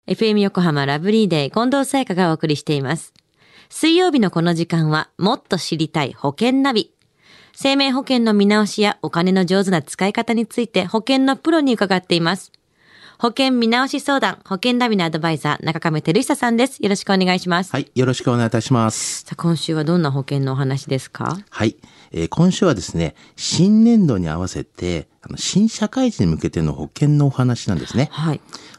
FM 横浜ラブリーデー近藤沙耶香がお送りしています。水曜日のこの時間はもっと知りたい保険ナビ。生命保険の見直しやお金の上手な使い方について保険のプロに伺っています。保険見直し相談、保険ナビのアドバイザー、中亀照久さんです。よろしくお願いします。 はい、よろしくお願いいたします。 さあ、今週はどんな保険のお話ですか？ はい、今週はですね、新年度に合わせて新社会人に向けての保険のお話なんですね。 はい。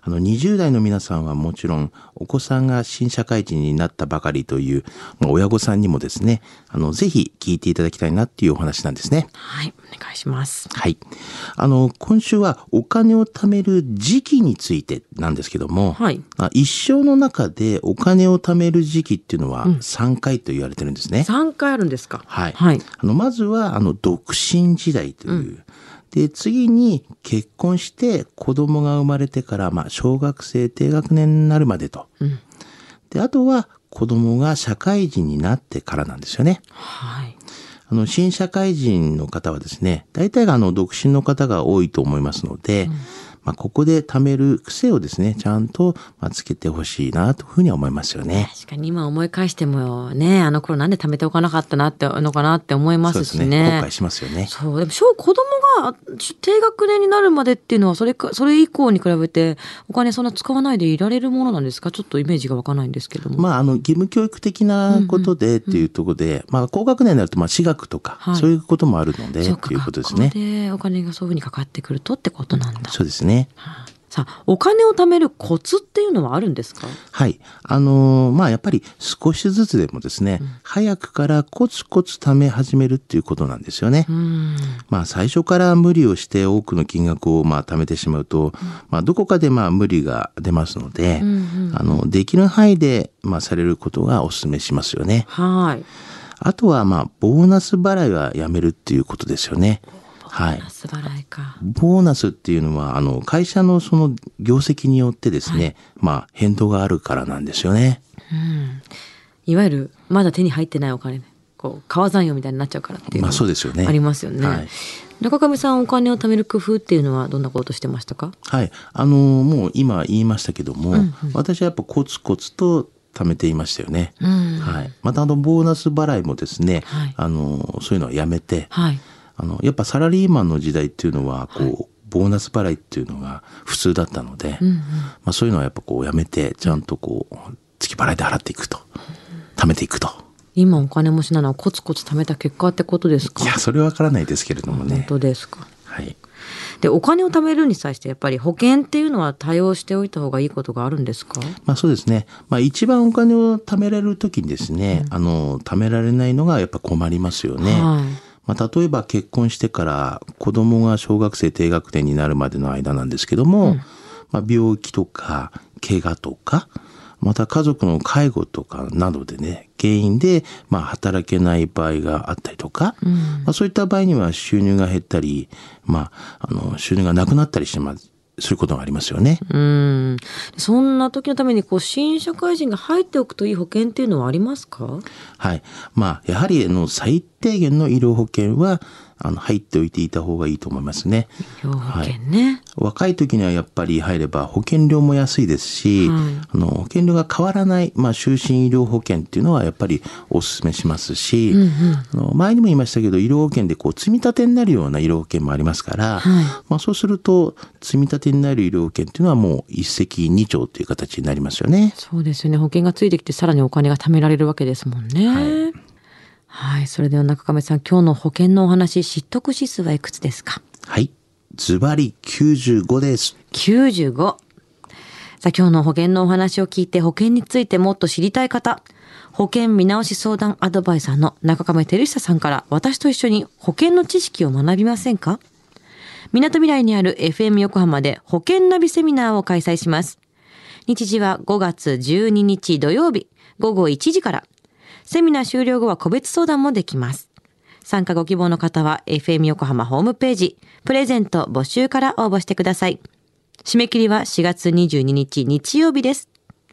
20代の皆さんはもちろんお子さんが新社会人になったばかりという親御さんにもですね、ぜひ聞いていただきたいなっていうお話なんですね。 はい、お願いします。 はい。今週はお金を貯める時期についてなんですけども、 はい。 一生の中でお金を貯める時期っていうのは3回と言われてるんですね。 3回あるんですか？ はい。 はい。 まずは独身時代という、で次に結婚して子供が生まれてから、小学生低学年になるまでと、であとは子供が社会人になってからなんですよね。 はい。 新社会人の方はですね、大体が独身の方が多いと思いますので、ここで貯める癖をですね、ちゃんとつけてほしいなというふうには思いますよね。 確かに今思い返してもね、あの頃なんで貯めておかなかったのかなって思いますしね。 そうですね。後悔しますよね。 そう、でも子供が低学年になるまでっていうのはそれ以降に比べてお金そんな使わないでいられるものなんですか？ちょっとイメージがわからないんですけども。 義務教育的なことでっていうところで、高学年になると私学とか、そういうこともあるのでっていうことですね。 学校でお金がそういうふうにかかってくるとってことなんだ。 そうですね。 さあ、お金を貯めるコツっていうのはあるんですか？ はい。やっぱり少しずつでもですね、早くからコツコツ貯め始めるっていうことなんですよね。最初から無理をして多くの金額を貯めてしまうと、どこかで無理が出ますので、できる範囲でされることがお勧めしますよね。 はい。 あとはボーナス払いはやめるっていうことですよね。はい。 ボーナス払いか。 ボーナスっていうのは会社のその業績によってですね、変動があるからなんですよね。 いわゆるまだ手に入ってないお金ね、川残用みたいになっちゃうからっていうのそうですよね。 ありますよね。 はい。 中上さん、お金を貯める工夫っていうのはどんなことしてましたか？ はい。もう今言いましたけども、私はやっぱコツコツと貯めていましたよね。はい。またボーナス払いもですね、そういうのはやめて、やっぱサラリーマンの時代っていうのはボーナス払いっていうのが普通だったので、そういうのはやっぱやめてちゃんと月払いで払っていくと、貯めていくと。 今お金持ちなのはコツコツ貯めた結果ってことですか？ いや、それはわからないですけれどもね。 本当ですか？ はい。 で、お金を貯めるに際してやっぱり保険っていうのは対応しておいた方がいいことがあるんですか？ そうですね。一番お金を貯められるときにですね、貯められないのがやっぱ困りますよね。例えば結婚してから子供が小学生低学年になるまでの間なんですけども、病気とか怪我とか、また家族の介護とかなどでね、原因で働けない場合があったりとか、そういった場合には収入が減ったり、収入がなくなったりしてすることがありますよね。 そんな時のために新社会人が入っておくといい保険っていうのはありますか？ はい。やはり最低限の医療保険は入っておいていた方がいいと思いますね。 医療保険ね。 若い時にはやっぱり入れば保険料も安いですし、保険料が変わらない、終身医療保険っていうのはやっぱりお勧めしますし、前にも言いましたけど、医療保険で積み立てになるような医療保険もありますから、そうすると積み立てになる医療保険っていうのはもう一石二鳥という形になりますよね。 そうですよね。保険がついてきてさらにお金が貯められるわけですもんね。はい。それでは中亀さん、今日の保険のお話、知得指数はいくつですか？ はい。ズバリ95です。 95。さあ、今日の保険のお話を聞いて保険についてもっと知りたい方、保険見直し相談アドバイザーの中亀照久さんから私と一緒に保険の知識を学びませんか？みなとみらいにある FM 横浜で保険ナビセミナーを開催します。日時は5月12日土曜日午後1時から。セミナー終了後は個別相談もできます。参加ご希望の方は FM 横浜ホームページ、プレゼント募集から応募してください。締め切りは4月22日日曜日です。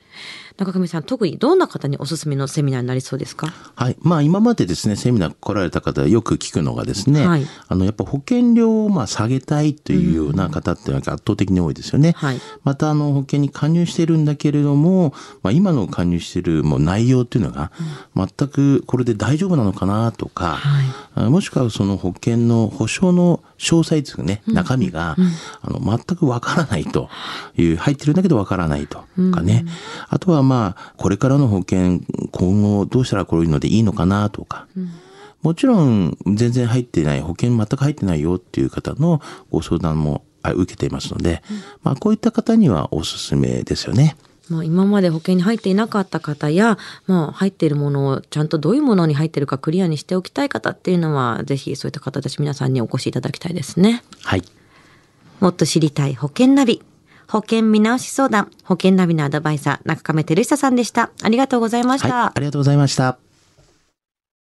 中上さん、特にどんな方におすすめのセミナーになりそうですか？ はい。今までですね、セミナー来られた方よく聞くのがですね、 はい、 やっぱ保険料を下げたいというような方っていうのが圧倒的に多いですよね。 はい、 また保険に加入してるんだけれども、今の加入している内容っていうのが、全くこれで大丈夫なのかなとか、はい、もしくはその保険の保証の詳細ですね、中身が、全くわからないという、入ってるんだけどわからないとかね。あとはこれからの保険、今後どうしたらこういうのでいいのかなとか。もちろん全然入ってない、保険全く入ってないよっていう方のご相談も受けていますので、こういった方にはおすすめですよね。 今まで保険に入っていなかった方や、入っているものをちゃんとどういうものに入っているかクリアにしておきたい方っていうのは、ぜひそういった方たち皆さんにお越しいただきたいですね。 はい。 もっと知りたい保険ナビ。保険見直し相談、保険ナビのアドバイザー、中亀照久さんでした。ありがとうございました。 はい、ありがとうございました。